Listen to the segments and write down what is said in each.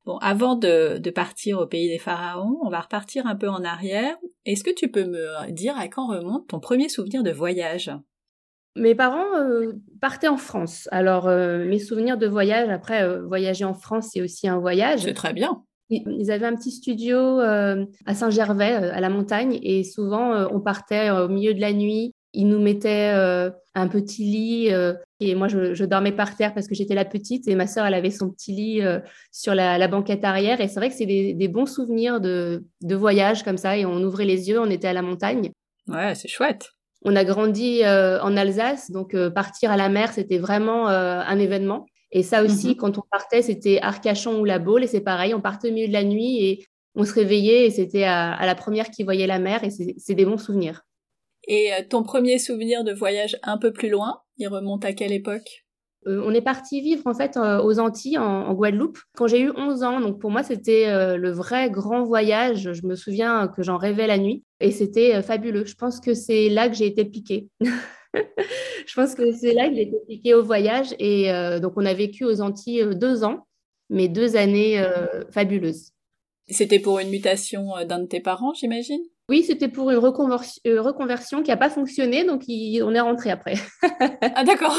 Bon, avant de partir au pays des pharaons, on va repartir un peu en arrière. Est-ce que tu peux me dire à quand remonte ton premier souvenir de voyage? Mes parents partaient en France. Alors, mes souvenirs de voyage, après, voyager en France, c'est aussi un voyage. C'est très bien. Ils avaient un petit studio à Saint-Gervais, à la montagne, et souvent, on partait au milieu de la nuit. Ils nous mettaient un petit lit, et moi, je dormais par terre parce que j'étais la petite, et ma sœur, elle avait son petit lit sur la banquette arrière. Et c'est vrai que c'est des bons souvenirs de voyage comme ça, et on ouvrait les yeux, on était à la montagne. Ouais, c'est chouette. On a grandi en Alsace, donc partir à la mer, c'était vraiment un événement. Et ça aussi, Mhm. quand on partait, c'était Arcachon ou La Baule, et c'est pareil, on partait au milieu de la nuit et on se réveillait, et c'était à la première qui voyait la mer, et c'est des bons souvenirs. Et ton premier souvenir de voyage un peu plus loin, il remonte à quelle époque? On est parti vivre en fait aux Antilles, en Guadeloupe, quand j'ai eu 11 ans. Donc pour moi, c'était le vrai grand voyage. Je me souviens que j'en rêvais la nuit et c'était fabuleux. Je pense que c'est là que j'ai été piquée. Je pense que c'est là que j'ai été piquée au voyage. Et donc on a vécu aux Antilles 2 ans, mais 2 années fabuleuses. C'était pour une mutation d'un de tes parents, j'imagine? Oui, c'était pour une reconversion qui n'a pas fonctionné, donc on est rentré après. Ah d'accord.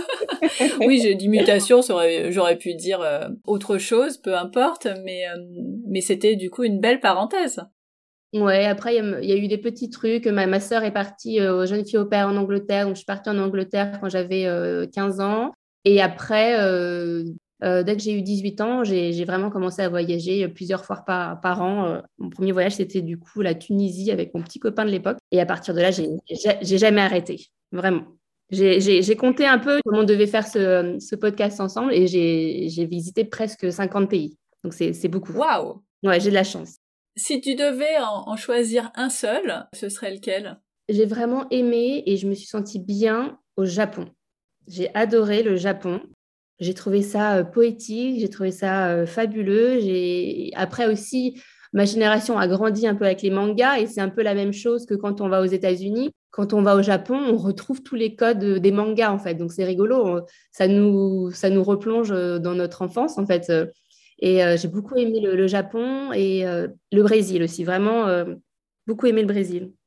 Oui, j'ai dit mutation, j'aurais pu dire autre chose, peu importe, mais c'était du coup une belle parenthèse. Ouais, après, il y a eu des petits trucs. Ma sœur est partie aux jeunes filles au père en Angleterre. Donc, je suis partie en Angleterre quand j'avais 15 ans. Et après, dès que j'ai eu 18 ans, j'ai vraiment commencé à voyager plusieurs fois par an. Mon premier voyage, c'était du coup la Tunisie avec mon petit copain de l'époque. Et à partir de là, j'ai jamais arrêté. Vraiment. J'ai compté un peu comment on devait faire ce podcast ensemble et j'ai visité presque 50 pays. Donc, c'est beaucoup. Waouh! Ouais, j'ai de la chance. Si tu devais en choisir un seul, ce serait lequel? J'ai vraiment aimé et je me suis sentie bien au Japon. J'ai adoré le Japon. J'ai trouvé ça poétique, j'ai trouvé ça fabuleux. Après aussi, ma génération a grandi un peu avec les mangas et c'est un peu la même chose que quand on va aux États-Unis. Quand on va au Japon, on retrouve tous les codes des mangas en fait. Donc c'est rigolo. Ça nous replonge dans notre enfance en fait. Et j'ai beaucoup aimé le Japon et le Brésil aussi. Vraiment beaucoup aimé le Brésil.